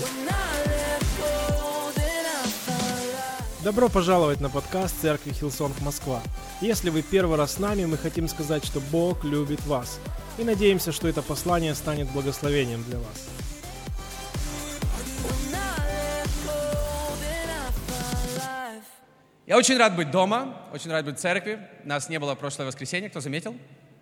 Добро пожаловать на подкаст Церкви Хиллсонг Москва. Если вы первый раз с нами, мы хотим сказать, что Бог любит вас. И надеемся, что это послание станет благословением для вас. Я очень рад быть дома, очень рад быть в церкви. Нас не было в прошлое воскресенье, кто заметил?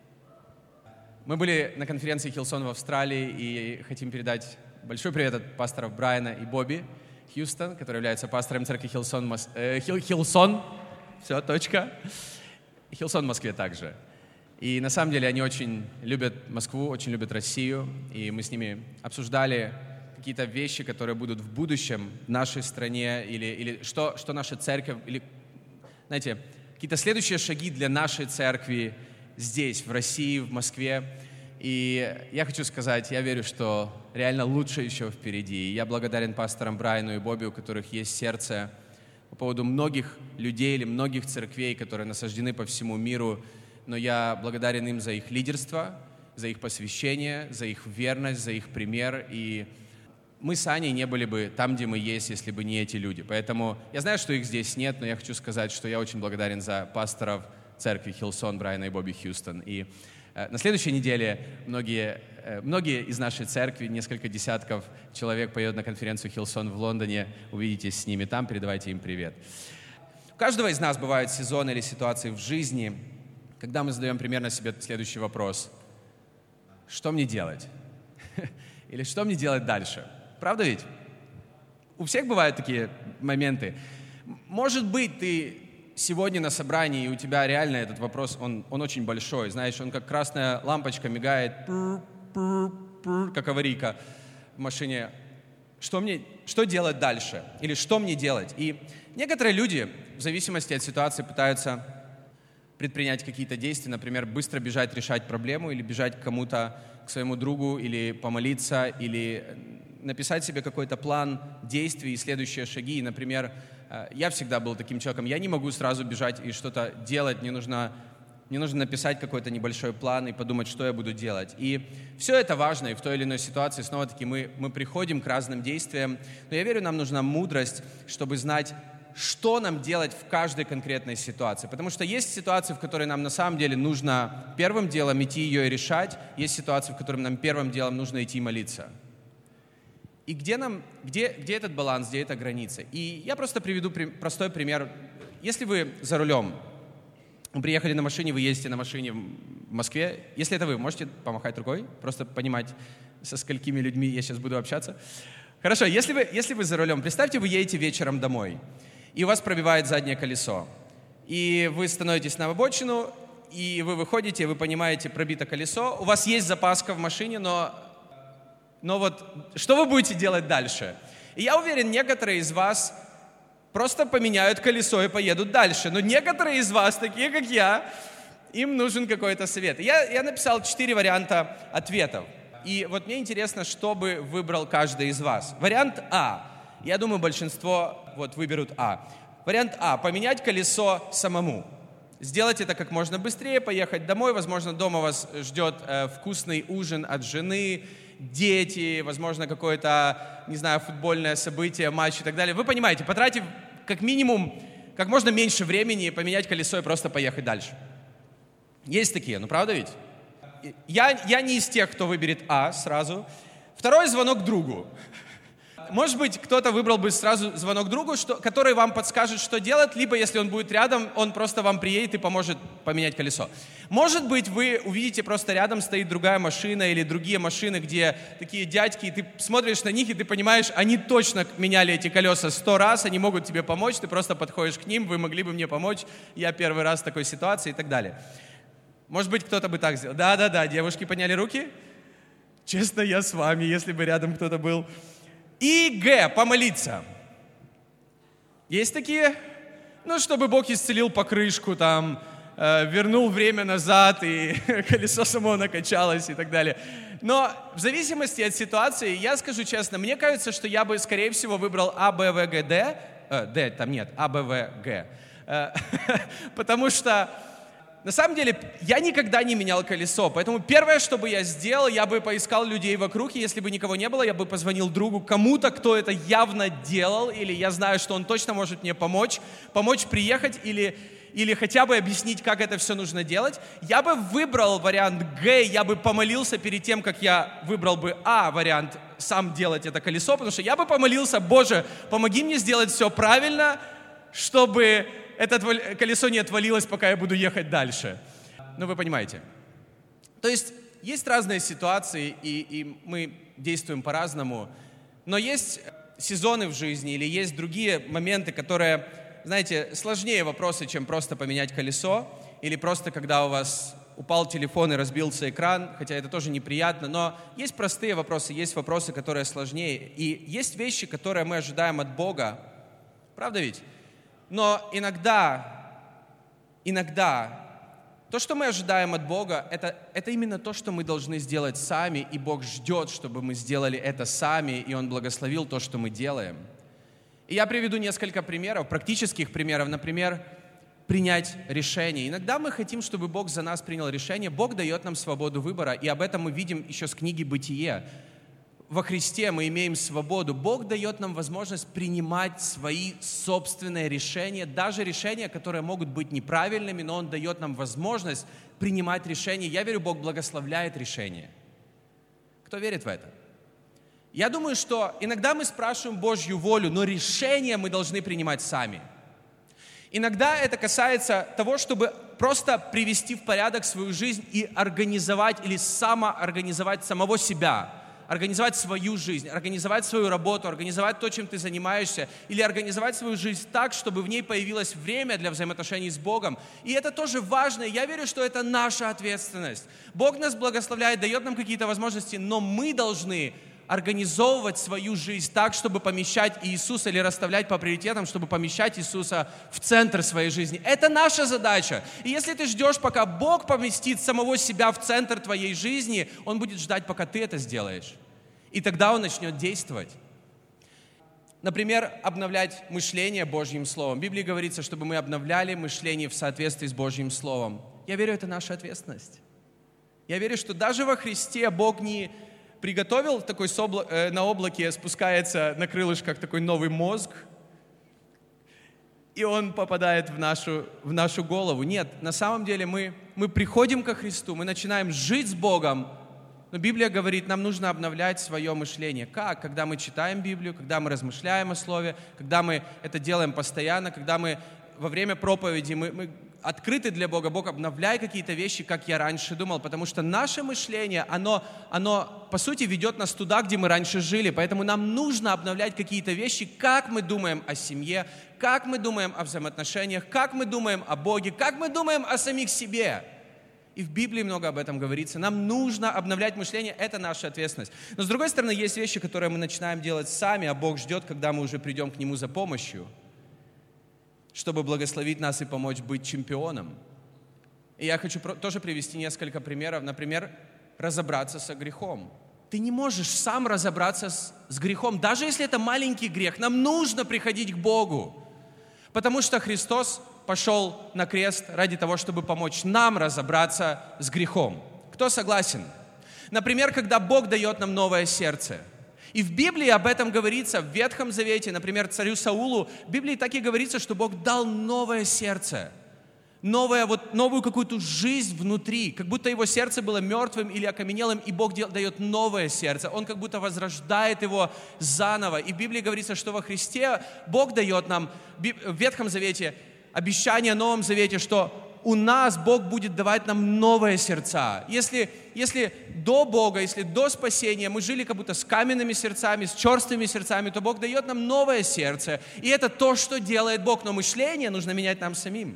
Мы были на конференции Hillsong в Австралии и хотим передать большой привет от пасторов Брайана и Бобби Хьюстон, который является пастором церкви Hillsong, все, точка. Hillsong в Москве также. И на самом деле они очень любят Москву, очень любят Россию, и мы с ними обсуждали какие-то вещи, которые будут в будущем в нашей стране, или что наша церковь, или, знаете, какие-то следующие шаги для нашей церкви здесь, в России, в Москве. И я хочу сказать, я верю, что реально лучше еще впереди. И я благодарен пасторам Брайану и Бобби, у которых есть сердце по поводу многих людей или многих церквей, которые насаждены по всему миру. Но я благодарен им за их лидерство, за их посвящение, за их верность, за их пример. И мы с Аней не были бы там, где мы есть, если бы не эти люди. Поэтому я знаю, что их здесь нет, но я хочу сказать, что я очень благодарен за пасторов церкви Hillsong, Брайана и Бобби Хьюстон. И на следующей неделе многие из нашей церкви, несколько десятков человек поедут на конференцию Hillsong в Лондоне. Увидитесь с ними там, передавайте им привет. У каждого из нас бывают сезоны или ситуации в жизни, когда мы задаем примерно себе следующий вопрос. Что мне делать? Или что мне делать дальше? Правда ведь? У всех бывают такие моменты. Может быть, ты сегодня на собрании, и у тебя реально этот вопрос, он очень большой. Знаешь, он как красная лампочка мигает, как аварийка в машине. Что делать дальше? Или что мне делать? И некоторые люди, в зависимости от ситуации, пытаются предпринять какие-то действия, например, быстро бежать решать проблему, или бежать к кому-то, к своему другу, или помолиться, или написать себе какой-то план действий и следующие шаги. И, например, я всегда был таким человеком, я не могу сразу бежать и что-то делать, мне нужно написать какой-то небольшой план и подумать, что я буду делать. И все это важно, и в той или иной ситуации снова-таки мы приходим к разным действиям, но я верю, нам нужна мудрость, чтобы знать, что нам делать в каждой конкретной ситуации. Потому что есть ситуации, в которые нам на самом деле нужно первым делом идти ее и решать, есть ситуации, в которых нам первым делом нужно идти молиться. И где этот баланс, где эта граница? И я просто приведу простой пример. Если вы за рулем, вы приехали на машине, вы ездите на машине в Москве, если это вы, можете помахать рукой, просто понимать, со сколькими людьми я сейчас буду общаться. Хорошо, если вы за рулем, представьте, вы едете вечером домой, и у вас пробивает заднее колесо, и вы становитесь на обочину, и вы выходите, и вы понимаете, пробито колесо, у вас есть запаска в машине, но вот что вы будете делать дальше? И я уверен, некоторые из вас просто поменяют колесо и поедут дальше. Но некоторые из вас, такие как я, им нужен какой-то совет. Я написал 4 варианта ответов. И вот мне интересно, что бы выбрал каждый из вас. Вариант А. Я думаю, большинство выберут А. Вариант А. Поменять колесо самому. Сделать это как можно быстрее, поехать домой. Возможно, дома вас ждет вкусный ужин от жены, дети, возможно, какое-то, не знаю, футбольное событие, матч и так далее. Вы понимаете, потратив как минимум как можно меньше времени, поменять колесо и просто поехать дальше. Есть такие, правда ведь? Я не из тех, кто выберет А сразу. Второй звонок другу. Может быть, кто-то выбрал бы сразу звонок другу, который вам подскажет, что делать, либо, если он будет рядом, он просто вам приедет и поможет поменять колесо. Может быть, вы увидите, просто рядом стоит другая машина или другие машины, где такие дядьки, и ты смотришь на них, и ты понимаешь, они точно меняли эти колеса 100 раз, они могут тебе помочь, ты просто подходишь к ним, вы могли бы мне помочь, я первый раз в такой ситуации и так далее. Может быть, кто-то бы так сделал. Да, девушки подняли руки. Честно, я с вами, если бы рядом кто-то был. И Г. Помолиться. Есть такие? Чтобы Бог исцелил покрышку, вернул время назад, и колесо само накачалось и так далее. Но в зависимости от ситуации, я скажу честно, мне кажется, что я бы, скорее всего, выбрал А, Б, В, Г, Д. Д там нет, А, Б, В, Г. Потому что На самом деле, я никогда не менял колесо, поэтому первое, что бы я сделал, я бы поискал людей вокруг, и если бы никого не было, я бы позвонил другу, кому-то, кто это явно делал, или я знаю, что он точно может мне помочь приехать, или хотя бы объяснить, как это все нужно делать. Я бы выбрал вариант Г, я бы помолился перед тем, как я выбрал бы А вариант, сам делать это колесо, потому что я бы помолился: Боже, помоги мне сделать все правильно, чтобы это колесо не отвалилось, пока я буду ехать дальше. Ну, вы понимаете. То есть разные ситуации, и мы действуем по-разному, но есть сезоны в жизни или есть другие моменты, которые, знаете, сложнее вопросы, чем просто поменять колесо, или просто когда у вас упал телефон и разбился экран, хотя это тоже неприятно, но есть простые вопросы, есть вопросы, которые сложнее, и есть вещи, которые мы ожидаем от Бога. Правда ведь? Но иногда то, что мы ожидаем от Бога, это именно то, что мы должны сделать сами, и Бог ждет, чтобы мы сделали это сами, и Он благословил то, что мы делаем. И я приведу несколько примеров, практических примеров. Например, принять решение. Иногда мы хотим, чтобы Бог за нас принял решение. Бог дает нам свободу выбора, и об этом мы видим еще с книги «Бытие». Во Христе мы имеем свободу. Бог дает нам возможность принимать свои собственные решения, даже решения, которые могут быть неправильными, но Он дает нам возможность принимать решения. Я верю, Бог благословляет решения. Кто верит в это? Я думаю, что иногда мы спрашиваем Божью волю, но решения мы должны принимать сами. Иногда это касается того, чтобы просто привести в порядок свою жизнь и организовать или самоорганизовать самого себя, организовать свою жизнь, организовать свою работу, организовать то, чем ты занимаешься, или организовать свою жизнь так, чтобы в ней появилось время для взаимоотношений с Богом. И это тоже важно. Я верю, что это наша ответственность. Бог нас благословляет, дает нам какие-то возможности, но мы должны организовывать свою жизнь так, чтобы помещать Иисуса, или расставлять по приоритетам, чтобы помещать Иисуса в центр своей жизни. Это наша задача. И если ты ждешь, пока Бог поместит самого себя в центр твоей жизни, Он будет ждать, пока ты это сделаешь. И тогда Он начнет действовать. Например, обновлять мышление Божьим Словом. В Библии говорится, чтобы мы обновляли мышление в соответствии с Божьим Словом. Я верю, это наша ответственность. Я верю, что даже во Христе Бог не приготовил такой на облаке, спускается на крылышках такой новый мозг, и он попадает в нашу голову. Нет, на самом деле мы приходим ко Христу, мы начинаем жить с Богом, но Библия говорит, нам нужно обновлять свое мышление. Как? Когда мы читаем Библию, когда мы размышляем о Слове, когда мы это делаем постоянно, когда мы во время проповеди мы открыты для Бога. Бог, обновляй какие-то вещи, как я раньше думал, потому что наше мышление, оно по сути ведет нас туда, где мы раньше жили, поэтому нам нужно обновлять какие-то вещи, как мы думаем о семье, как мы думаем о взаимоотношениях, как мы думаем о Боге, как мы думаем о самих себе. И в Библии много об этом говорится. Нам нужно обновлять мышление, это наша ответственность. Но с другой стороны, есть вещи, которые мы начинаем делать сами, а Бог ждет, когда мы уже придем к Нему за помощью, чтобы благословить нас и помочь быть чемпионом. И я хочу тоже привести несколько примеров. Например, разобраться со грехом. Ты не можешь сам разобраться с грехом, даже если это маленький грех. Нам нужно приходить к Богу, потому что Христос пошел на крест ради того, чтобы помочь нам разобраться с грехом. Кто согласен? Например, когда Бог дает нам новое сердце. И в Библии об этом говорится, в Ветхом Завете, например, царю Саулу, в Библии так и говорится, что Бог дал новое сердце, новую какую-то жизнь внутри, как будто его сердце было мертвым или окаменелым, и Бог дает новое сердце, Он как будто возрождает его заново. И в Библии говорится, что во Христе Бог дает нам, в Ветхом Завете, обещание в Новом Завете, что у нас Бог будет давать нам новые сердца. Если до Бога, если до спасения мы жили как будто с каменными сердцами, с черствыми сердцами, то Бог дает нам новое сердце. И это то, что делает Бог. Но мышление нужно менять нам самим.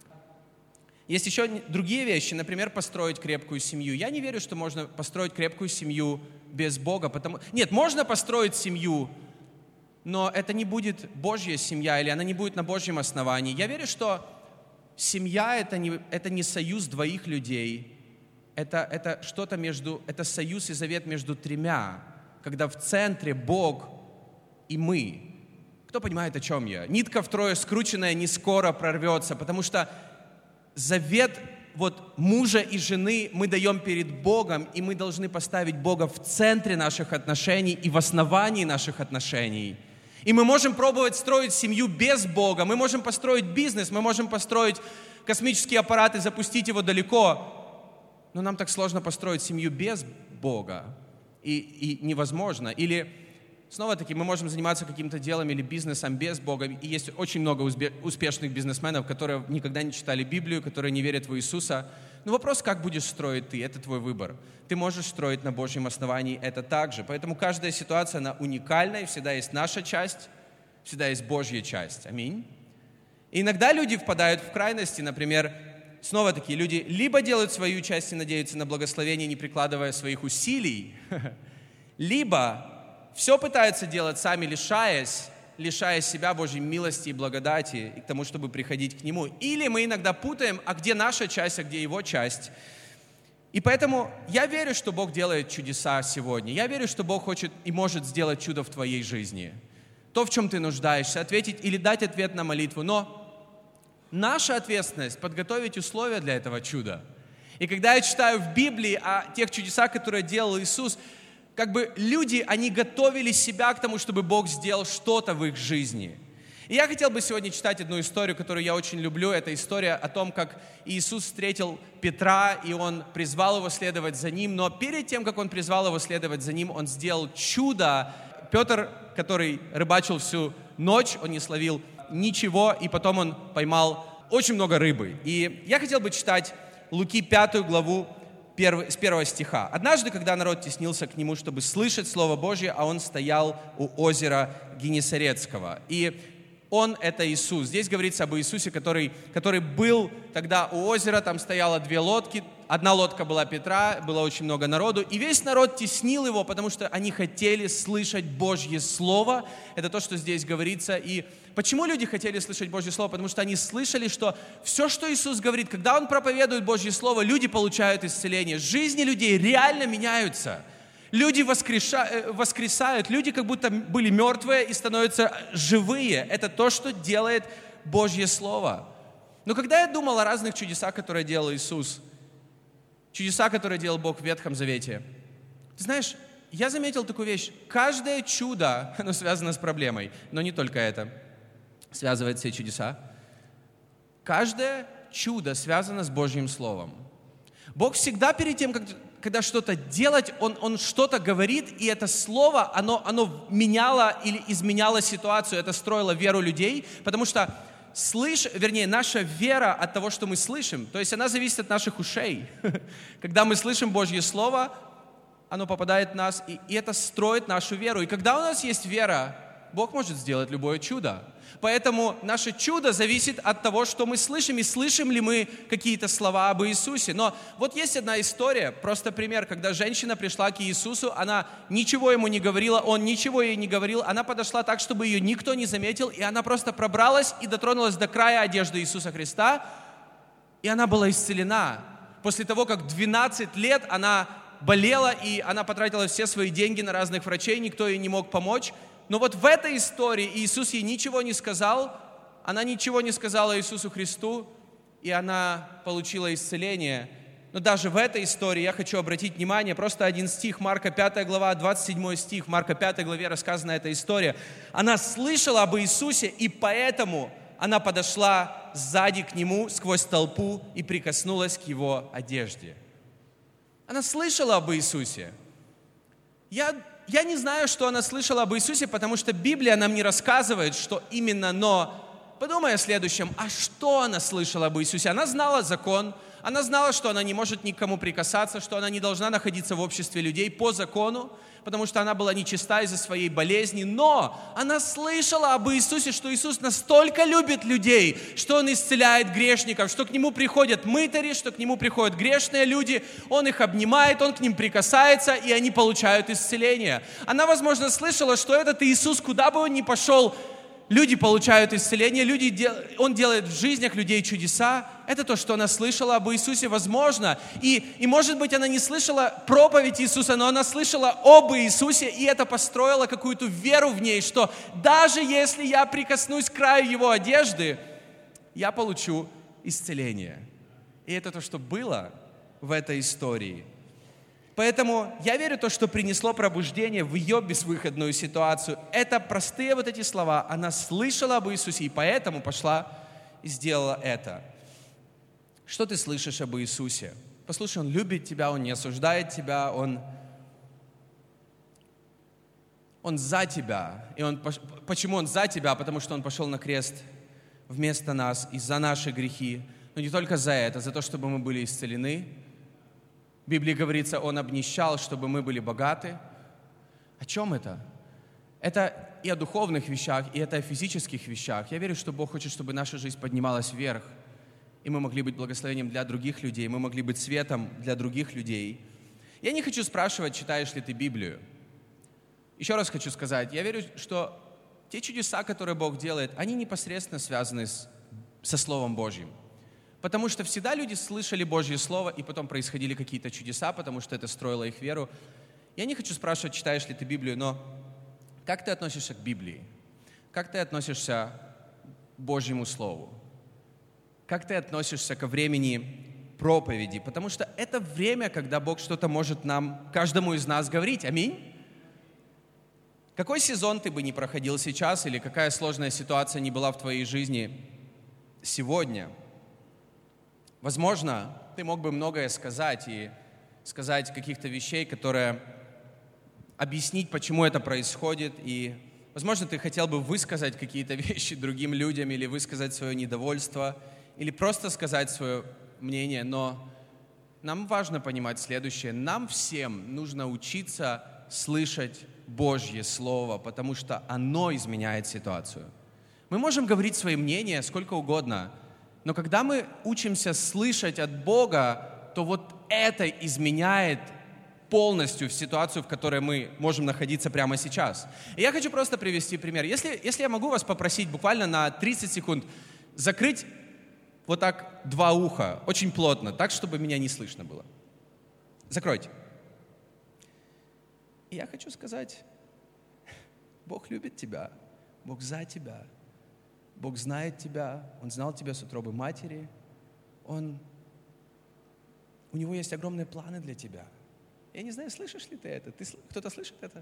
Есть еще другие вещи, например, построить крепкую семью. Я не верю, что можно построить крепкую семью без Бога. Нет, можно построить семью, но это не будет Божья семья, или она не будет на Божьем основании. Я верю, что семья – это не союз двоих людей, это что-то это союз и завет между тремя, когда в центре Бог и мы. Кто понимает, о чем я? Нитка втрое скрученная не скоро прорвется, потому что завет вот мужа и жены мы даем перед Богом, и мы должны поставить Бога в центре наших отношений и в основании наших отношений. И мы можем пробовать строить семью без Бога, мы можем построить бизнес, мы можем построить космический аппарат и запустить его далеко, но нам так сложно построить семью без Бога, и невозможно. Или, снова-таки, мы можем заниматься каким-то делом или бизнесом без Бога, и есть очень много успешных бизнесменов, которые никогда не читали Библию, которые не верят в Иисуса. Но вопрос, как будешь строить ты, это твой выбор. Ты можешь строить на Божьем основании это также. Поэтому каждая ситуация, она уникальна, и всегда есть наша часть, всегда есть Божья часть. Аминь. И иногда люди впадают в крайности, например, снова-таки, люди либо делают свою часть и надеются на благословение, не прикладывая своих усилий, либо все пытаются делать сами, лишая себя Божьей милости и благодати, и к тому, чтобы приходить к Нему. Или мы иногда путаем, а где наша часть, а где Его часть. И поэтому я верю, что Бог делает чудеса сегодня. Я верю, что Бог хочет и может сделать чудо в твоей жизни. То, в чем ты нуждаешься, ответить или дать ответ на молитву. Но наша ответственность — подготовить условия для этого чуда. И когда я читаю в Библии о тех чудесах, которые делал Иисус, как бы люди, они готовили себя к тому, чтобы Бог сделал что-то в их жизни. И я хотел бы сегодня читать одну историю, которую я очень люблю. Это история о том, как Иисус встретил Петра, и Он призвал его следовать за Ним. Но перед тем, как Он призвал его следовать за Ним, Он сделал чудо. Петр, который рыбачил всю ночь, он не словил ничего, и потом он поймал очень много рыбы. И я хотел бы читать Луки 5 главу с 1 стиха. «Однажды, когда народ теснился к Нему, чтобы слышать Слово Божье, а Он стоял у озера Генесаретского». И Он — это Иисус. Здесь говорится об Иисусе, который был тогда у озера, там стояло 2 лодки. Одна лодка была Петра, было очень много народу, и весь народ теснил его, потому что они хотели слышать Божье Слово. Это то, что здесь говорится. И почему люди хотели слышать Божье Слово? Потому что они слышали, что все, что Иисус говорит, когда Он проповедует Божье Слово, люди получают исцеление. Жизни людей реально меняются. Люди воскресают, люди как будто были мертвые и становятся живые. Это то, что делает Божье Слово. Но когда я думал о разных чудесах, которые делал Иисус, чудеса, которые делал Бог в Ветхом Завете, ты знаешь, я заметил такую вещь. Каждое чудо, оно связано с проблемой, но не только это связывает все чудеса. Каждое чудо связано с Божьим Словом. Бог всегда перед тем, когда что-то делать, Он что-то говорит, и это слово, оно меняло или изменяло ситуацию, это строило веру людей, потому что наша вера от того, что мы слышим, то есть она зависит от наших ушей. Когда мы слышим Божье Слово, оно попадает в нас, и это строит нашу веру. И когда у нас есть вера, Бог может сделать любое чудо. Поэтому наше чудо зависит от того, что мы слышим, и слышим ли мы какие-то слова об Иисусе. Но вот есть одна история, просто пример, когда женщина пришла к Иисусу, она ничего ему не говорила, он ничего ей не говорил, она подошла так, чтобы ее никто не заметил, и она просто пробралась и дотронулась до края одежды Иисуса Христа, и она была исцелена. После того, как 12 лет она болела, и она потратила все свои деньги на разных врачей, никто ей не мог помочь. Но вот в этой истории Иисус ей ничего не сказал, она ничего не сказала Иисусу Христу, и она получила исцеление. Но даже в этой истории я хочу обратить внимание, просто один стих, Марка 5 глава, 27 стих, в Марка 5 главе рассказана эта история. Она слышала об Иисусе, и поэтому она подошла сзади к Нему сквозь толпу и прикоснулась к Его одежде. Она слышала об Иисусе. Я не знаю, что она слышала об Иисусе, потому что Библия нам не рассказывает, что именно, но подумай о следующем. А что она слышала об Иисусе? Она знала закон, она знала, что она не может никому прикасаться, что она не должна находиться в обществе людей по закону, потому что она была нечиста из-за своей болезни, но она слышала об Иисусе, что Иисус настолько любит людей, что Он исцеляет грешников, что к Нему приходят мытари, что к Нему приходят грешные люди, Он их обнимает, Он к ним прикасается, и они получают исцеление. Она, возможно, слышала, что этот Иисус, куда бы Он ни пошел, люди получают исцеление, Он делает в жизнях людей чудеса. Это то, что она слышала об Иисусе, возможно. И может быть, она не слышала проповедь Иисуса, но она слышала об Иисусе, и это построило какую-то веру в ней, что даже если я прикоснусь к краю Его одежды, я получу исцеление. И это то, что было в этой истории. Поэтому я верю в то, что принесло пробуждение в ее безвыходную ситуацию. Это простые вот эти слова. Она слышала об Иисусе, и поэтому пошла и сделала это. Что ты слышишь об Иисусе? Послушай, Он любит тебя, Он не осуждает тебя, Он за тебя. И почему Он за тебя? Потому что Он пошел на крест вместо нас и за наши грехи. Но не только за это, за то, чтобы мы были исцелены. В Библии говорится, Он обнищал, чтобы мы были богаты. О чем это? Это и о духовных вещах, и это о физических вещах. Я верю, что Бог хочет, чтобы наша жизнь поднималась вверх, и мы могли быть благословением для других людей, мы могли быть светом для других людей. Я не хочу спрашивать, читаешь ли ты Библию. Еще раз хочу сказать, я верю, что те чудеса, которые Бог делает, они непосредственно связаны со Словом Божьим. Потому что всегда люди слышали Божье Слово, и потом происходили какие-то чудеса, потому что это строило их веру. Я не хочу спрашивать, читаешь ли ты Библию, но как ты относишься к Библии? Как ты относишься к Божьему Слову? Как ты относишься ко времени проповеди? Потому что это время, когда Бог что-то может нам, каждому из нас говорить. Аминь? Какой сезон ты бы не проходил сейчас, или какая сложная ситуация не была в твоей жизни сегодня? Возможно, ты мог бы многое сказать и сказать каких-то вещей, которые объяснить, почему это происходит. И, возможно, ты хотел бы высказать какие-то вещи другим людям или высказать свое недовольство, или просто сказать свое мнение. Но нам важно понимать следующее. Нам всем нужно учиться слышать Божье Слово, потому что оно изменяет ситуацию. Мы можем говорить свои мнения сколько угодно, но когда мы учимся слышать от Бога, то вот это изменяет полностью в ситуацию, в которой мы можем находиться прямо сейчас. И я хочу просто привести пример. Если я могу вас попросить буквально на 30 секунд закрыть вот так два уха, очень плотно, так, чтобы меня не слышно было. Закройте. И я хочу сказать, Бог любит тебя, Бог за тебя. Бог знает тебя, Он знал тебя с утробы матери, у Него есть огромные планы для тебя. Я не знаю, слышишь ли ты это? Кто-то слышит это?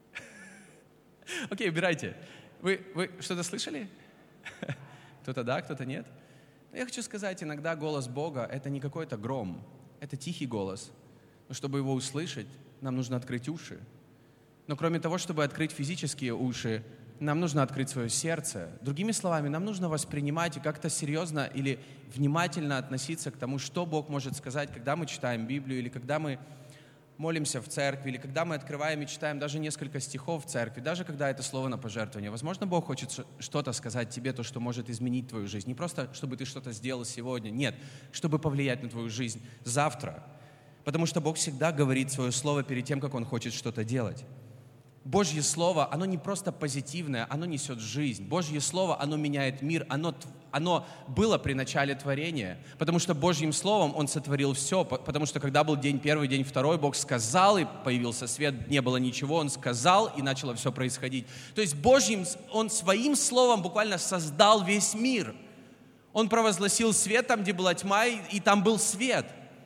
Окей, убирайте. Вы что-то слышали? Кто-то да, кто-то нет. Но я хочу сказать, иногда голос Бога — это не какой-то гром, это тихий голос. Но чтобы его услышать, нам нужно открыть уши. Но кроме того, чтобы открыть физические уши, нам нужно открыть свое сердце. Другими словами, нам нужно воспринимать и как-то серьезно или внимательно относиться к тому, что Бог может сказать, когда мы читаем Библию, или когда мы молимся в церкви, или когда мы открываем и читаем даже несколько стихов в церкви, даже когда это слово на пожертвование. Возможно, Бог хочет что-то сказать тебе, то, что может изменить твою жизнь. Не просто, чтобы ты что-то сделал сегодня, нет, чтобы повлиять на твою жизнь завтра. Потому что Бог всегда говорит свое слово перед тем, как Он хочет что-то делать. Божье Слово, оно не просто позитивное, оно несет жизнь. Божье Слово, оно меняет мир, оно было при начале творения, потому что Божьим Словом Он сотворил все, потому что когда был день первый, день второй, Бог сказал, и появился свет, не было ничего, Он сказал, и начало все происходить. То есть Он своим Словом буквально создал весь мир. Он провозгласил свет там, где была тьма, и там был свет.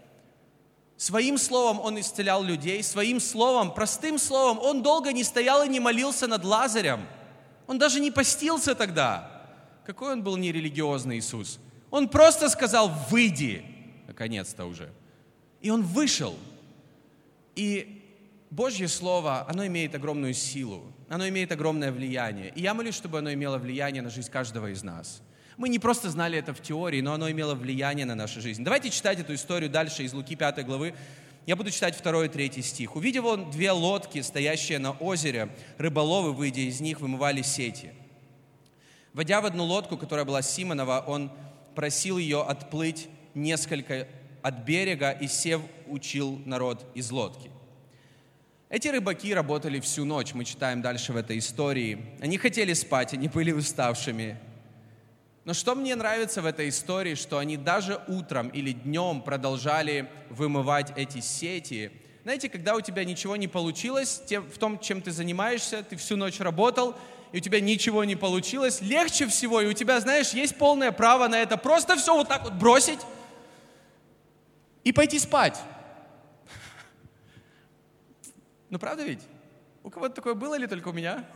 Своим словом Он исцелял людей, своим словом, простым словом. Он долго не стоял и не молился над Лазарем. Он даже не постился тогда. Какой Он был нерелигиозный Иисус. Он просто сказал: «Выйди», наконец-то уже. И Он вышел. И Божье Слово, оно имеет огромную силу, оно имеет огромное влияние. И я молюсь, чтобы оно имело влияние на жизнь каждого из нас. Мы не просто знали это в теории, но оно имело влияние на нашу жизнь. Давайте читать эту историю дальше из Луки 5 главы. Я буду читать 2 и 3 стих. «Увидев он 2 лодки, стоящие на озере, рыболовы, выйдя из них, вымывали сети. Войдя в одну лодку, которая была Симонова, он просил ее отплыть несколько от берега и, сев, учил народ из лодки». Эти рыбаки работали всю ночь, мы читаем дальше в этой истории. Они хотели спать, они были уставшими. Но что мне нравится в этой истории, что они даже утром или днем продолжали вымывать эти сети. Знаете, когда у тебя ничего не получилось в том, чем ты занимаешься, ты всю ночь работал, и у тебя ничего не получилось, легче всего, и у тебя, знаешь, есть полное право на это, просто все вот так вот бросить и пойти спать. Ну, правда ведь? У кого-то такое было или только у меня?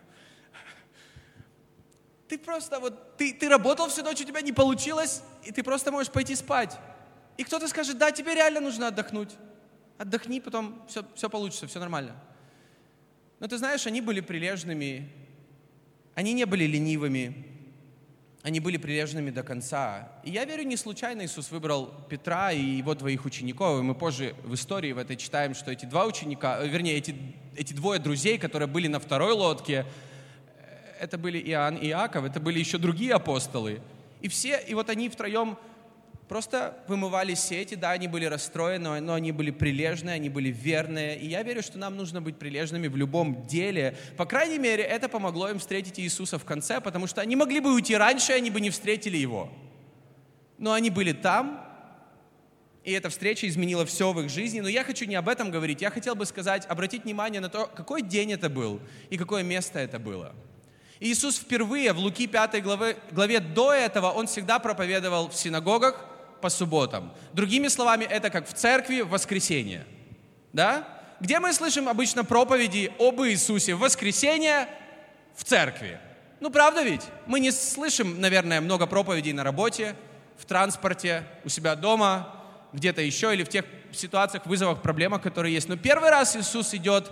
Ты просто ты работал всю ночь, у тебя не получилось, и ты просто можешь пойти спать. И кто-то скажет, да, тебе реально нужно отдохнуть. Отдохни, потом все получится, все нормально. Но ты знаешь, они были прилежными, они не были ленивыми, они были прилежными до конца. И я верю, не случайно Иисус выбрал Петра и его двоих учеников. И мы позже в истории в этой читаем, что эти два ученика, вернее, эти двое друзей, которые были на второй лодке, это были Иоанн и Иаков, это были еще другие апостолы. И вот они втроем просто вымывали сети, да, они были расстроены, но они были прилежные, они были верные. И я верю, что нам нужно быть прилежными в любом деле. По крайней мере, это помогло им встретить Иисуса в конце, потому что они могли бы уйти раньше, они бы не встретили Его. Но они были там, и эта встреча изменила все в их жизни. Но я хочу не об этом говорить. Я хотел бы сказать, обратить внимание на то, какой день это был и какое место это было. И Иисус впервые в Луки 5 главе до этого, Он всегда проповедовал в синагогах, по субботам. Другими словами, это как в церкви в воскресенье. Да? Где мы слышим обычно проповеди об Иисусе? В воскресенье в церкви. Ну, правда ведь? Мы не слышим, наверное, много проповедей на работе, в транспорте, у себя дома, где-то еще, или в тех ситуациях, вызовах, проблемах, которые есть. Но первый раз Иисус идет...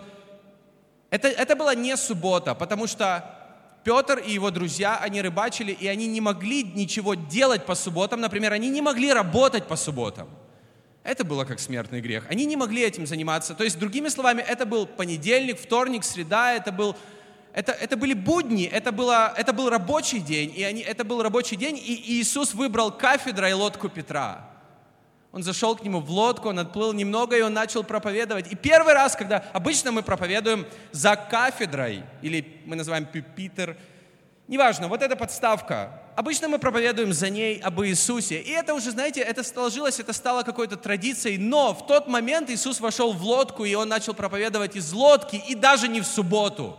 Это была не суббота, потому что Петр и его друзья, они рыбачили, и они не могли ничего делать по субботам. Например, они не могли работать по субботам. Это было как смертный грех. Они не могли этим заниматься. То есть, другими словами, это был понедельник, вторник, среда, это были будни, это был рабочий день. Это был рабочий день, и Иисус выбрал кафедрой лодку Петра. Он зашел к нему в лодку, он отплыл немного, и он начал проповедовать. И первый раз, когда обычно мы проповедуем за кафедрой, или мы называем пюпитр, неважно, вот эта подставка, обычно мы проповедуем за ней об Иисусе. И это уже, знаете, это стало какой-то традицией, но в тот момент Иисус вошел в лодку, и Он начал проповедовать из лодки, и даже не в субботу.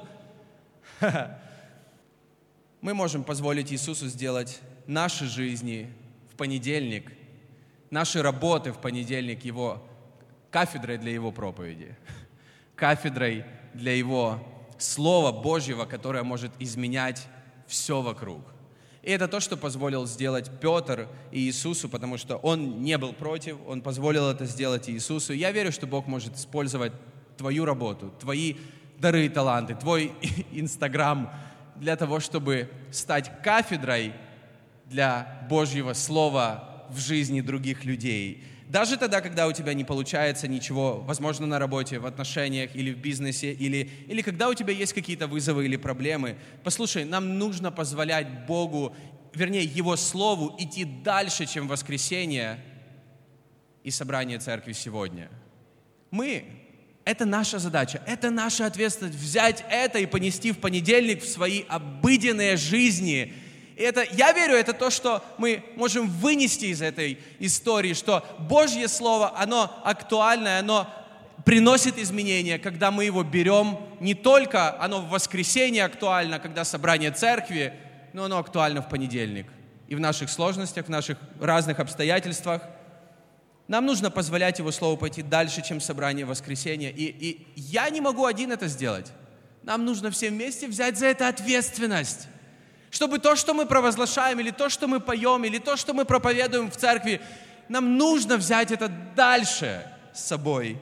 Мы можем позволить Иисусу сделать наши жизни в понедельник, наши работы в понедельник Его кафедрой для Его проповеди, кафедрой для Его Слова Божьего, которое может изменять все вокруг. И это то, что позволил сделать Петр и Иисусу, потому что он не был против, он позволил это сделать Иисусу. Я верю, что Бог может использовать твою работу, твои дары и таланты, твой Инстаграм для того, чтобы стать кафедрой для Божьего Слова в жизни других людей. Даже тогда, когда у тебя не получается ничего, возможно, на работе, в отношениях или в бизнесе, или когда у тебя есть какие-то вызовы или проблемы. Послушай, нам нужно позволять Богу, вернее, Его Слову идти дальше, чем воскресенье и собрание церкви сегодня. Это наша задача, это наша ответственность взять это и понести в понедельник в свои обыденные жизни. И я верю, это то, что мы можем вынести из этой истории, что Божье Слово, оно актуальное, оно приносит изменения, когда мы его берем. Не только оно в воскресенье актуально, когда собрание церкви, но оно актуально в понедельник. И в наших сложностях, в наших разных обстоятельствах. Нам нужно позволять Его Слову пойти дальше, чем собрание в воскресенье. И я не могу один это сделать. Нам нужно всем вместе взять за это ответственность. Чтобы то, что мы провозглашаем, или то, что мы поем, или то, что мы проповедуем в церкви, нам нужно взять это дальше с собой.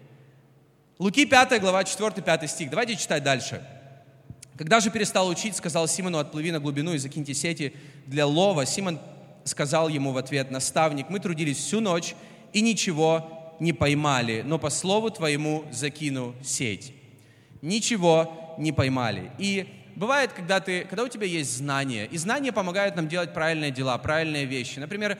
Луки 5 глава, 4-5 стих. Давайте читать дальше. «Когда же перестал учить, сказал Симону: отплыви на глубину и закиньте сети для лова. Симон сказал ему в ответ: наставник, мы трудились всю ночь и ничего не поймали, но по слову твоему закину сеть». Ничего не поймали. И бывает, когда у тебя есть знания, и знания помогают нам делать правильные дела, правильные вещи. Например,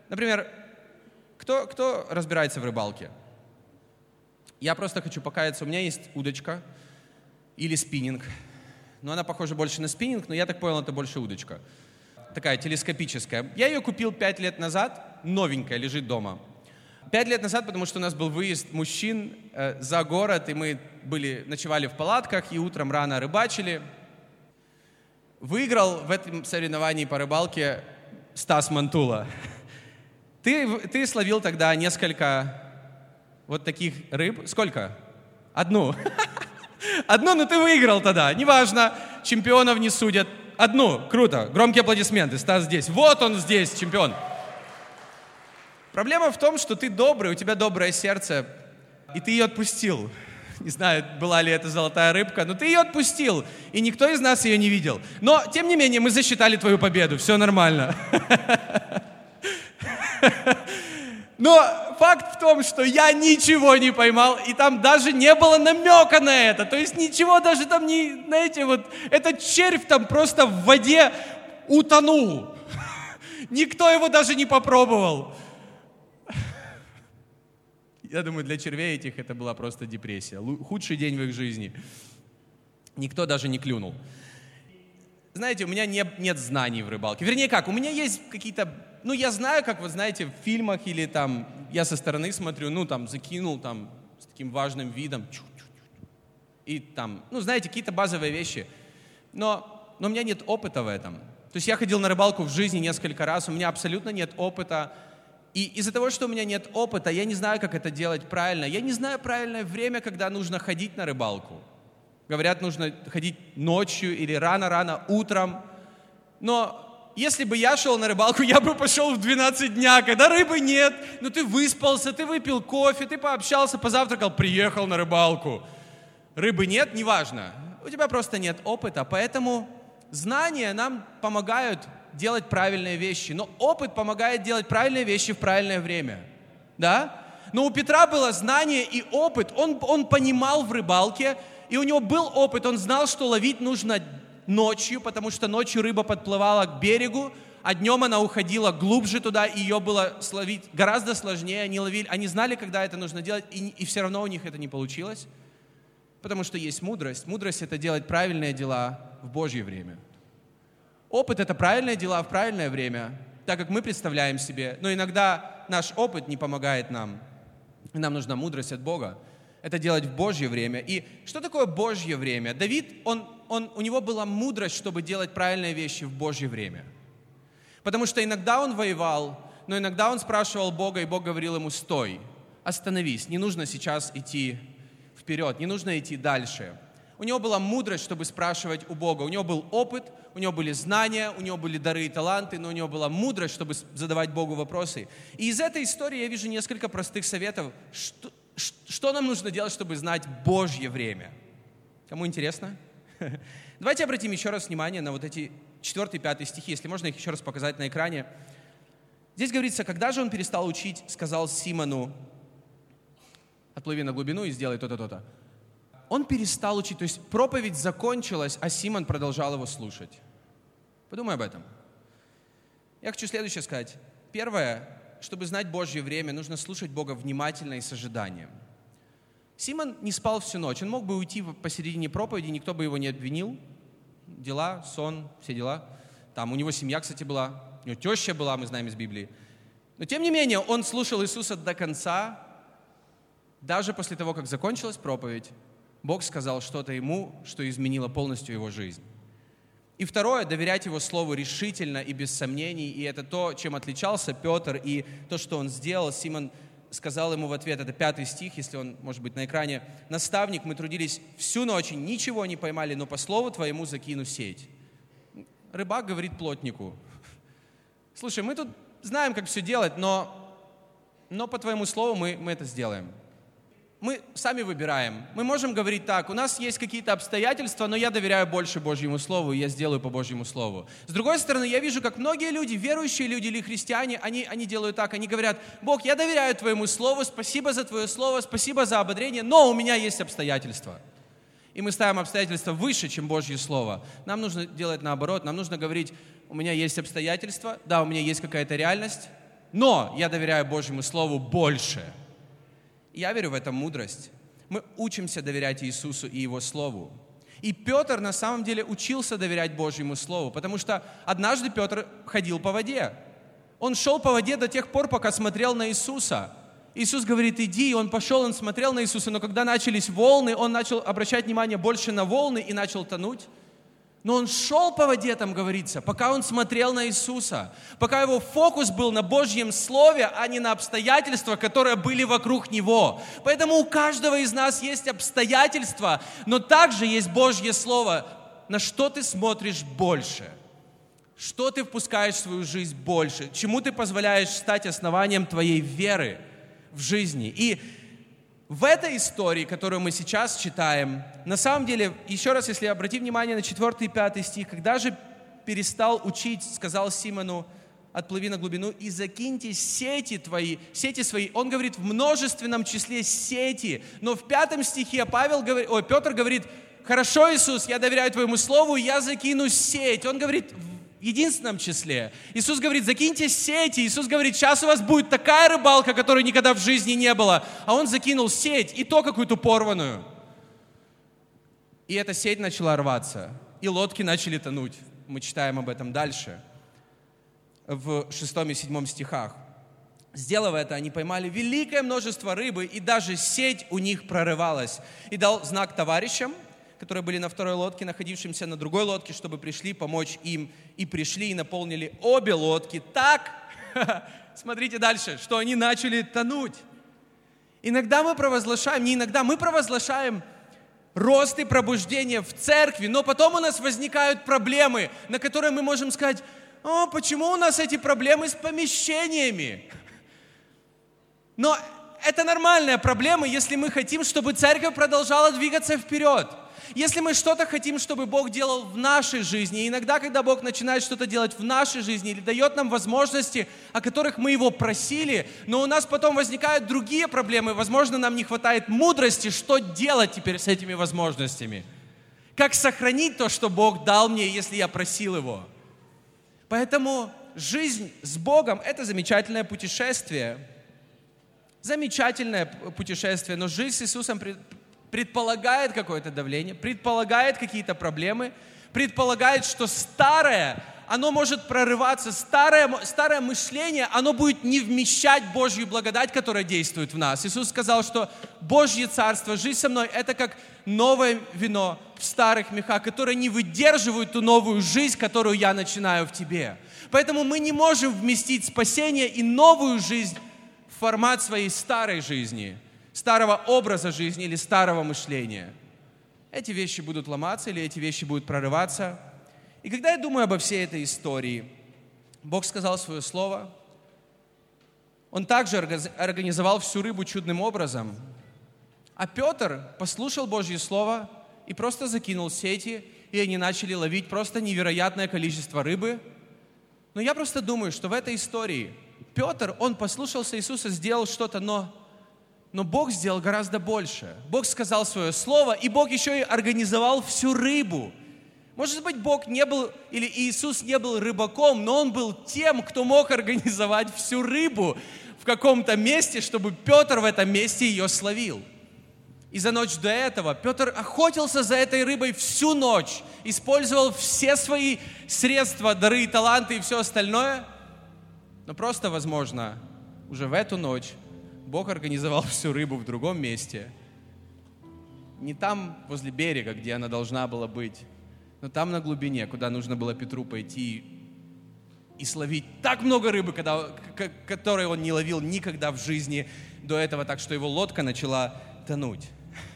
кто разбирается в рыбалке? Я просто хочу покаяться. У меня есть удочка или спиннинг. Но она похожа больше на спиннинг, но я так понял, это больше удочка. Такая телескопическая. Я ее купил 5 лет назад, новенькая, лежит дома. 5 лет назад, потому что у нас был выезд мужчин за город, и мы ночевали в палатках, и утром рано рыбачили. Выиграл в этом соревновании по рыбалке Стас Мантула. Ты словил тогда несколько вот таких рыб. Сколько? Одну. Одну, но ты выиграл тогда. Неважно, чемпионов не судят. Одну. Круто. Громкие аплодисменты. Стас здесь. Вот он здесь, чемпион. Проблема в том, что ты добрый, у тебя доброе сердце, и ты ее отпустил. Не знаю, была ли это золотая рыбка, но ты ее отпустил, и никто из нас ее не видел. Но, тем не менее, мы засчитали твою победу, все нормально. Но факт в том, что я ничего не поймал, и там даже не было намека на это. То есть ничего даже там не, знаете, вот этот червь там просто в воде утонул. Никто его даже не попробовал. Я думаю, для червей этих это была просто депрессия. Худший день в их жизни. Никто даже не клюнул. Знаете, у меня нет знаний в рыбалке. Вернее, как, у меня есть какие-то... Ну, я знаю, как, вы знаете, в фильмах или там, я со стороны смотрю, ну, там, закинул там с таким важным видом. И там, ну, знаете, какие-то базовые вещи. Но у меня нет опыта в этом. То есть я ходил на рыбалку в жизни несколько раз, у меня абсолютно нет опыта. И из-за того, что у меня нет опыта, я не знаю, как это делать правильно. Я не знаю правильное время, когда нужно ходить на рыбалку. Говорят, нужно ходить ночью или рано-рано утром. Но если бы я шел на рыбалку, я бы пошел в 12 дня, когда рыбы нет. Ну ты выспался, ты выпил кофе, ты пообщался, позавтракал, приехал на рыбалку. Рыбы нет, неважно. У тебя просто нет опыта, поэтому знания нам помогают делать правильные вещи. Но опыт помогает делать правильные вещи в правильное время. Да? Но у Петра было знание и опыт. Он понимал в рыбалке, и у него был опыт. Он знал, что ловить нужно ночью, потому что ночью рыба подплывала к берегу, а днем она уходила глубже туда, и ее было словить гораздо сложнее. Они знали, когда это нужно делать, и все равно у них это не получилось. Потому что есть мудрость. Мудрость — это делать правильные дела в Божье время. Опыт — это правильные дела в правильное время, так как мы представляем себе. Но иногда наш опыт не помогает нам. И нам нужна мудрость от Бога. Это делать в Божье время. И что такое Божье время? Давид, у него была мудрость, чтобы делать правильные вещи в Божье время. Потому что иногда он воевал, но иногда он спрашивал Бога, и Бог говорил ему: стой, остановись, не нужно сейчас идти вперед, не нужно идти дальше. У него была мудрость, чтобы спрашивать у Бога. У него был опыт, у него были знания, у него были дары и таланты, но у него была мудрость, чтобы задавать Богу вопросы. И из этой истории я вижу несколько простых советов, что нам нужно делать, чтобы знать Божье время. Кому интересно? Давайте обратим еще раз внимание на вот эти 4 и 5 стихи, если можно их еще раз показать на экране. Здесь говорится: когда же он перестал учить, сказал Симону: отплыви на глубину и сделай то-то, то-то. Он перестал учить, то есть проповедь закончилась, а Симон продолжал его слушать. Подумай об этом. Я хочу следующее сказать. Первое, чтобы знать Божье время, нужно слушать Бога внимательно и с ожиданием. Симон не спал всю ночь. Он мог бы уйти посередине проповеди, никто бы его не обвинил. Дела, сон, все дела. Там у него семья, кстати, была. У него теща была, мы знаем из Библии. Но тем не менее, он слушал Иисуса до конца. Даже после того, как закончилась проповедь, Бог сказал что-то ему, что изменило полностью его жизнь. И второе, доверять Его Слову решительно и без сомнений. И это то, чем отличался Петр, и то, что он сделал. Симон сказал ему в ответ, это 5 стих, если он, может быть, на экране: «Наставник, мы трудились всю ночь, ничего не поймали, но по слову Твоему закину сеть». Рыбак говорит плотнику: слушай, мы тут знаем, как все делать, но по Твоему слову мы это сделаем. Мы сами выбираем. Мы можем говорить так: у нас есть какие-то обстоятельства, но я доверяю больше Божьему Слову, и я сделаю по Божьему Слову. С другой стороны, я вижу, как многие люди, верующие люди или христиане, они делают так, они говорят: Бог, я доверяю Твоему Слову, спасибо за Твое Слово, спасибо за ободрение, но у меня есть обстоятельства. И мы ставим обстоятельства выше, чем Божье Слово. Нам нужно делать наоборот, нам нужно говорить: у меня есть обстоятельства, да, у меня есть какая-то реальность, но я доверяю Божьему Слову больше. Я верю в эту мудрость. Мы учимся доверять Иисусу и Его Слову. И Петр на самом деле учился доверять Божьему Слову, потому что однажды Петр ходил по воде. Он шел по воде до тех пор, пока смотрел на Иисуса. Иисус говорит: иди, и он пошел, он смотрел на Иисуса, но когда начались волны, он начал обращать внимание больше на волны и начал тонуть. Но он шел по воде, там говорится, пока он смотрел на Иисуса, пока его фокус был на Божьем Слове, а не на обстоятельствах, которые были вокруг него. Поэтому у каждого из нас есть обстоятельства, но также есть Божье Слово. На что ты смотришь больше? Что ты впускаешь в свою жизнь больше? Чему ты позволяешь стать основанием твоей веры в жизни? И в этой истории, которую мы сейчас читаем, на самом деле, еще раз, если обратить внимание на 4 и 5 стих, когда же перестал учить, сказал Симону, отплыви на глубину и закиньте сети свои. Он говорит в множественном числе сети. Но в 5 стихе Петр говорит, хорошо, Иисус, я доверяю Твоему Слову, я закину сеть. Он говорит в единственном числе. Иисус говорит, закиньте сети. Иисус говорит, сейчас у вас будет такая рыбалка, которой никогда в жизни не было. А он закинул сеть, и то какую-то порванную. И эта сеть начала рваться, и лодки начали тонуть. Мы читаем об этом дальше, в 6 и 7 стихах. Сделав это, они поймали великое множество рыбы, и даже сеть у них прорывалась. И дал знак товарищам, которые были на второй лодке, находившимся на другой лодке, чтобы пришли помочь им. И пришли и наполнили обе лодки так, смотрите дальше, что они начали тонуть. Иногда мы провозглашаем рост и пробуждение в церкви, но потом у нас возникают проблемы, на которые мы можем сказать, почему у нас эти проблемы с помещениями? Но это нормальная проблема, если мы хотим, чтобы церковь продолжала двигаться вперед. Если мы что-то хотим, чтобы Бог делал в нашей жизни, и иногда, когда Бог начинает что-то делать в нашей жизни или дает нам возможности, о которых мы Его просили, но у нас потом возникают другие проблемы, возможно, нам не хватает мудрости, что делать теперь с этими возможностями. Как сохранить то, что Бог дал мне, если я просил Его. Поэтому жизнь с Богом – это замечательное путешествие. Замечательное путешествие, но жизнь с Иисусом предполагает какое-то давление, предполагает какие-то проблемы, предполагает, что старое, оно может прорываться, старое мышление, оно будет не вмещать Божью благодать, которая действует в нас. Иисус сказал, что Божье Царство, жизнь со мной, это как новое вино в старых мехах, которые не выдерживают ту новую жизнь, которую я начинаю в тебе. Поэтому мы не можем вместить спасение и новую жизнь в формат своей старой жизни, старого образа жизни или старого мышления. Эти вещи будут ломаться или эти вещи будут прорываться. И когда я думаю обо всей этой истории, Бог сказал свое слово. Он также организовал всю рыбу чудным образом. А Петр послушал Божье слово и просто закинул сети, и они начали ловить просто невероятное количество рыбы. Но я просто думаю, что в этой истории Петр, он послушался Иисуса, сделал что-то, но Бог сделал гораздо больше. Бог сказал свое слово, и Бог еще и организовал всю рыбу. Может быть, Бог не был, или Иисус не был рыбаком, но Он был тем, кто мог организовать всю рыбу в каком-то месте, чтобы Петр в этом месте ее словил. И за ночь до этого Петр охотился за этой рыбой всю ночь, использовал все свои средства, дары, таланты и все остальное. Но просто, возможно, уже в эту ночь Бог организовал всю рыбу в другом месте. Не там, возле берега, где она должна была быть, но там на глубине, куда нужно было Петру пойти и словить так много рыбы, которой он не ловил никогда в жизни до этого, так что его лодка начала тонуть.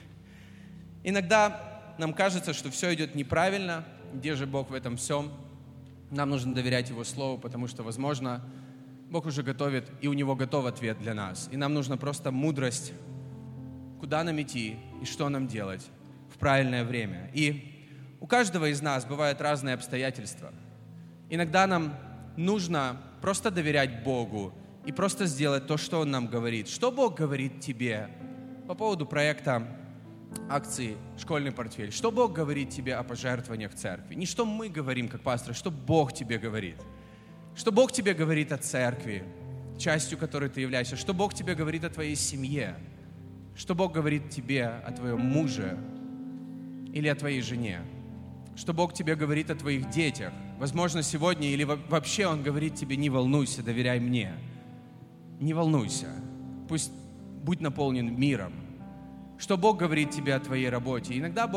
Иногда нам кажется, что все идет неправильно. Где же Бог в этом всем? Нам нужно доверять Его Слову, потому что, возможно, Бог уже готовит, и у Него готов ответ для нас. И нам нужна просто мудрость, куда нам идти и что нам делать в правильное время. И у каждого из нас бывают разные обстоятельства. Иногда нам нужно просто доверять Богу и просто сделать то, что Он нам говорит. Что Бог говорит тебе по поводу проекта акции «Школьный портфель»? Что Бог говорит тебе о пожертвованиях в церкви? Не что мы говорим, как пасторы, что Бог тебе говорит. Что Бог тебе говорит о церкви, частью которой ты являешься. Что Бог тебе говорит о твоей семье. Что Бог говорит тебе о твоем муже или о твоей жене. Что Бог тебе говорит о твоих детях. Возможно, сегодня или вообще Он говорит тебе: не волнуйся, доверяй мне. Не волнуйся. Пусть будь наполнен миром. Что Бог говорит тебе о твоей работе. Иногда Бог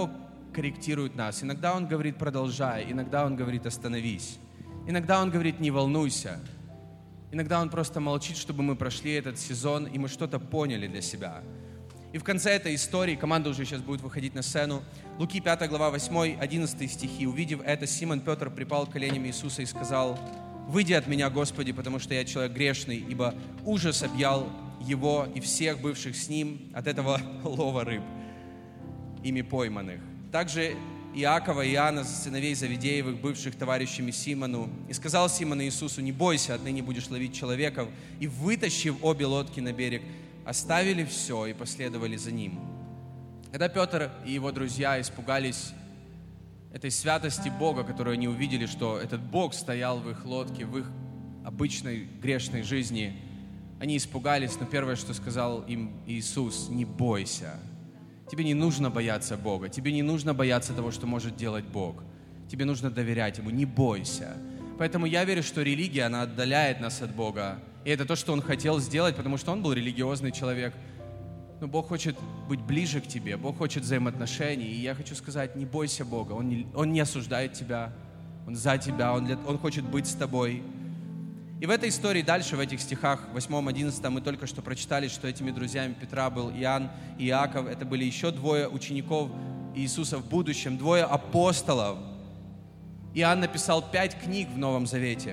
корректирует нас. Иногда Он говорит: продолжай. Иногда Он говорит: остановись. Иногда Он говорит: не волнуйся. Иногда Он просто молчит, чтобы мы прошли этот сезон, и мы что-то поняли для себя. И в конце этой истории, команда уже сейчас будет выходить на сцену, Луки 5 глава 8-11 стихи. Увидев это, Симон Петр припал к коленям Иисуса и сказал: «Выйди от меня, Господи, потому что я человек грешный, ибо ужас объял его и всех бывших с ним от этого лова рыб, ими пойманных». Также Иакова и Иоанна, сыновей Завидеевых, бывших товарищами Симону, и сказал Симон Иисусу: «Не бойся, отныне будешь ловить человеков». И, вытащив обе лодки на берег, оставили все и последовали за ним. Когда Петр и его друзья испугались этой святости Бога, которую они увидели, что этот Бог стоял в их лодке, в их обычной грешной жизни, они испугались, но первое, что сказал им Иисус: «Не бойся». Тебе не нужно бояться Бога, тебе не нужно бояться того, что может делать Бог. Тебе нужно доверять Ему, не бойся. Поэтому я верю, что религия, она отдаляет нас от Бога. И это то, что Он хотел сделать, потому что Он был религиозный человек. Но Бог хочет быть ближе к тебе, Бог хочет взаимоотношений. И я хочу сказать: не бойся Бога, Он не осуждает тебя, Он за тебя, Он хочет быть с тобой. И в этой истории дальше, в этих стихах 8-11 мы только что прочитали, что этими друзьями Петра был Иоанн и Иаков. Это были еще двое учеников Иисуса в будущем, двое апостолов. Иоанн написал 5 книг в Новом Завете.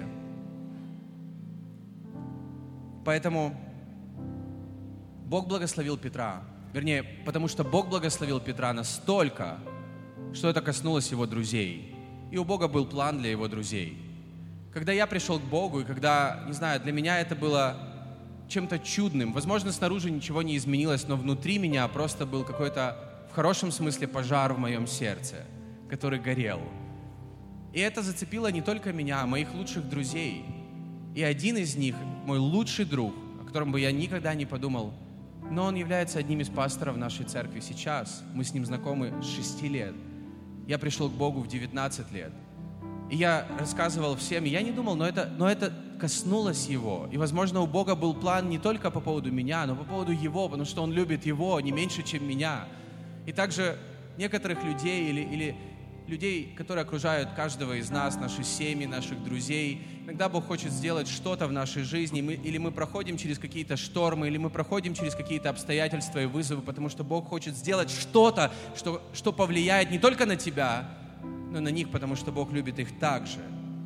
Поэтому Бог благословил Петра. Вернее, потому что Бог благословил Петра настолько, что это коснулось его друзей. И у Бога был план для его друзей. Когда я пришел к Богу, и когда, не знаю, для меня это было чем-то чудным. Возможно, снаружи ничего не изменилось, но внутри меня просто был какой-то, в хорошем смысле, пожар в моем сердце, который горел. И это зацепило не только меня, а моих лучших друзей. И один из них, мой лучший друг, о котором бы я никогда не подумал, но он является одним из пасторов нашей церкви сейчас. Мы с ним знакомы с 6 лет. Я пришел к Богу в 19 лет. И я рассказывал всем, и я не думал, но это коснулось его. И, возможно, у Бога был план не только по поводу меня, но по поводу его, потому что Он любит его не меньше, чем меня. И также некоторых людей или людей, которые окружают каждого из нас, наши семьи, наших друзей. Иногда Бог хочет сделать что-то в нашей жизни, или мы проходим через какие-то штормы, или мы проходим через какие-то обстоятельства и вызовы, потому что Бог хочет сделать что-то, что повлияет не только на тебя, но на них, потому что Бог любит их так же.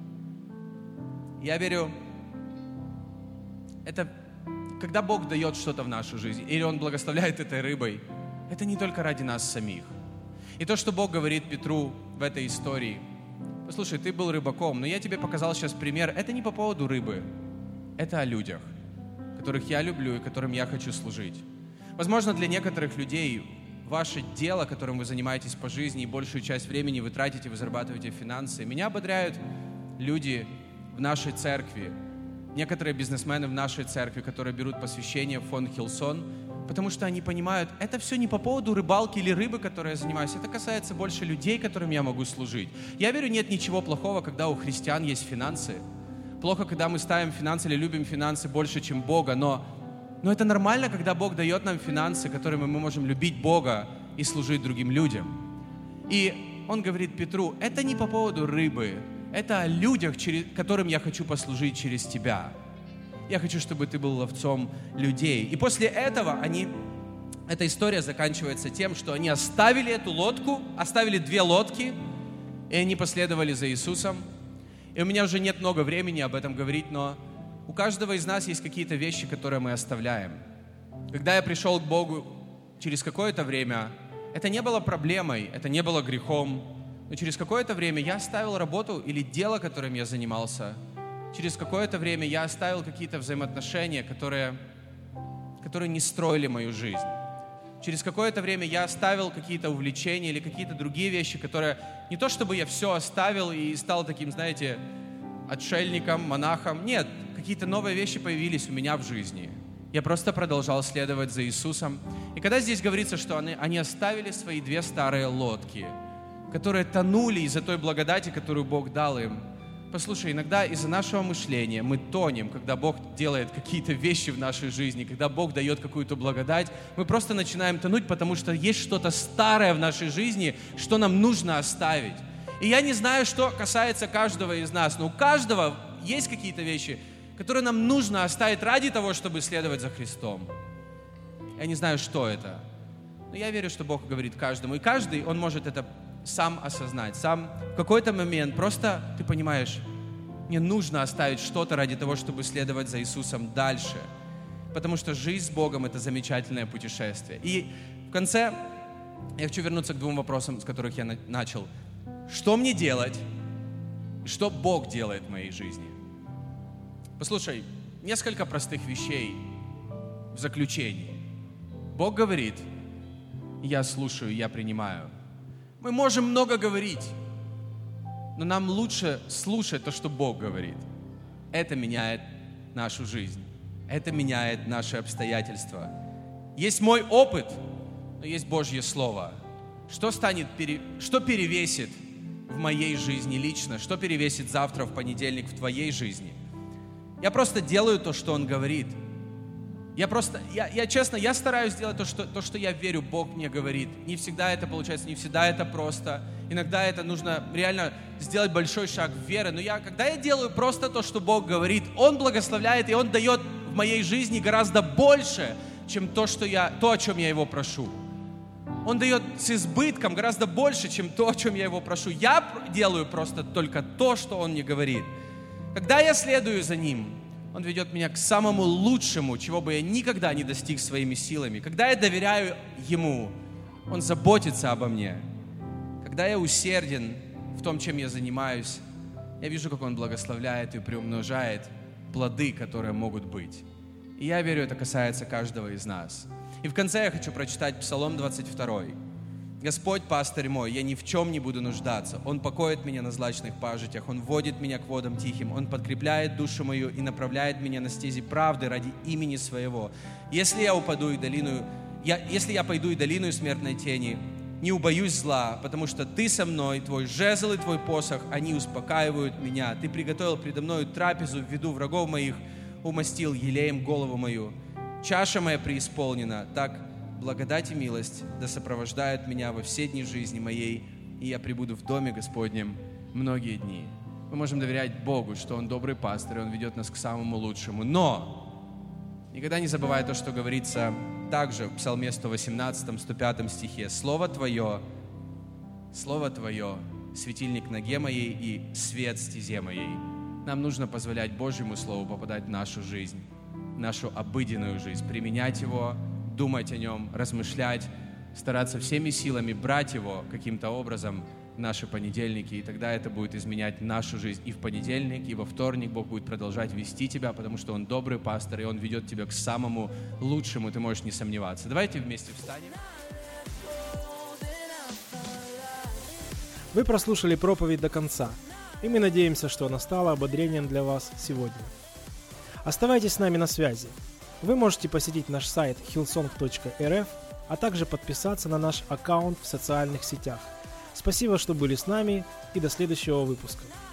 Я верю, это когда Бог дает что-то в нашу жизнь, или Он благословляет этой рыбой, это не только ради нас самих. И то, что Бог говорит Петру в этой истории: послушай, ты был рыбаком, но я тебе показал сейчас пример. Это не по поводу рыбы, это о людях, которых я люблю и которым я хочу служить. Возможно, для некоторых людей ваше дело, которым вы занимаетесь по жизни, и большую часть времени вы тратите, вы зарабатываете финансы. Меня ободряют люди в нашей церкви, некоторые бизнесмены в нашей церкви, которые берут посвящение в фонд Хиллсон, потому что они понимают, это все не по поводу рыбалки или рыбы, которой я занимаюсь, это касается больше людей, которым я могу служить. Я верю, нет ничего плохого, когда у христиан есть финансы. Плохо, когда мы ставим финансы или любим финансы больше, чем Бога, но это нормально, когда Бог дает нам финансы, которыми мы можем любить Бога и служить другим людям. И Он говорит Петру: это не по поводу рыбы, это о людях, которым я хочу послужить через тебя. Я хочу, чтобы ты был ловцом людей. И после этого эта история заканчивается тем, что они оставили эту лодку, оставили 2 лодки, и они последовали за Иисусом. И у меня уже нет много времени об этом говорить, но у каждого из нас есть какие-то вещи, которые мы оставляем. Когда я пришел к Богу через какое-то время, это не было проблемой, это не было грехом, но через какое-то время я оставил работу или дело, которым я занимался. Через какое-то время я оставил какие-то взаимоотношения, которые не строили мою жизнь. Через какое-то время я оставил какие-то увлечения или какие-то другие вещи, которые не то чтобы я все оставил и стал таким, знаете, отшельником, монахом. Нет, какие-то новые вещи появились у меня в жизни. Я просто продолжал следовать за Иисусом. И когда здесь говорится, что они оставили свои 2 старые лодки, которые тонули из-за той благодати, которую Бог дал им, Послушай, иногда из-за нашего мышления мы тонем, когда Бог делает какие-то вещи в нашей жизни, когда Бог дает какую-то благодать, мы просто начинаем тонуть, потому что есть что-то старое в нашей жизни, что нам нужно оставить. И я не знаю, что касается каждого из нас, но у каждого есть какие-то вещи, которые нам нужно оставить ради того, чтобы следовать за Христом. Я не знаю, что это, но я верю, что Бог говорит каждому, и каждый, он может это сам осознать, сам в какой-то момент просто ты понимаешь, мне нужно оставить что-то ради того, чтобы следовать за Иисусом дальше, потому что жизнь с Богом — это замечательное путешествие. И в конце я хочу вернуться к двум вопросам, с которых я начал. Что мне делать? Что Бог делает в моей жизни? Послушай, несколько простых вещей в заключении. Бог говорит, я слушаю, я принимаю. Мы можем много говорить, но нам лучше слушать то, что Бог говорит. Это меняет нашу жизнь. Это меняет наши обстоятельства. Есть мой опыт, но есть Божье Слово. Что перевесит в моей жизни лично? Что перевесит завтра, в понедельник, в твоей жизни? Я просто делаю то, что Он говорит. Честно, я стараюсь делать то, что я верю, Бог мне говорит. Не всегда это получается, не всегда это просто. Иногда это нужно реально сделать большой шаг веры. Но когда я делаю просто то, что Бог говорит, Он благословляет, и Он дает в моей жизни гораздо больше, чем то, о чем я Его прошу. Он дает с избытком гораздо больше, чем то, о чем я Его прошу. Я делаю просто только то, что Он мне говорит. Когда я следую за Ним, Он ведет меня к самому лучшему, чего бы я никогда не достиг своими силами. Когда я доверяю Ему, Он заботится обо мне. Когда я усерден в том, чем я занимаюсь, я вижу, как Он благословляет и приумножает плоды, которые могут быть. И я верю, это касается каждого из нас. И в конце я хочу прочитать Псалом 22. «Господь, пастырь мой, я ни в чем не буду нуждаться. Он покоит меня на злачных пажитях, Он вводит меня к водам тихим, Он подкрепляет душу мою и направляет меня на стези правды ради имени Своего. Если я пойду и долиною смертной тени, не убоюсь зла, потому что Ты со мной, Твой жезл и Твой посох, они успокаивают меня. Ты приготовил предо мною трапезу в виду врагов моих, умастил елеем голову мою. Чаша моя преисполнена, так благодать и милость да сопровождают меня во все дни жизни моей, и я пребуду в доме Господнем многие дни». Мы можем доверять Богу, что Он добрый пастырь, и Он ведет нас к самому лучшему. Но никогда не забывай то, что говорится также в Псалме 118, 105 стихе. «Слово Твое, светильник ноге моей и свет стезе моей». Нам нужно позволять Божьему Слову попадать в нашу жизнь, в нашу обыденную жизнь, применять его, думать о нем, размышлять, стараться всеми силами брать его каким-то образом в наши понедельники, и тогда это будет изменять нашу жизнь. И в понедельник, и во вторник Бог будет продолжать вести тебя, потому что Он добрый пастор, и Он ведет тебя к самому лучшему, ты можешь не сомневаться. Давайте вместе встанем. Вы прослушали проповедь до конца, и мы надеемся, что она стала ободрением для вас сегодня. Оставайтесь с нами на связи. Вы можете посетить наш сайт hillsong.rf, а также подписаться на наш аккаунт в социальных сетях. Спасибо, что были с нами, и до следующего выпуска.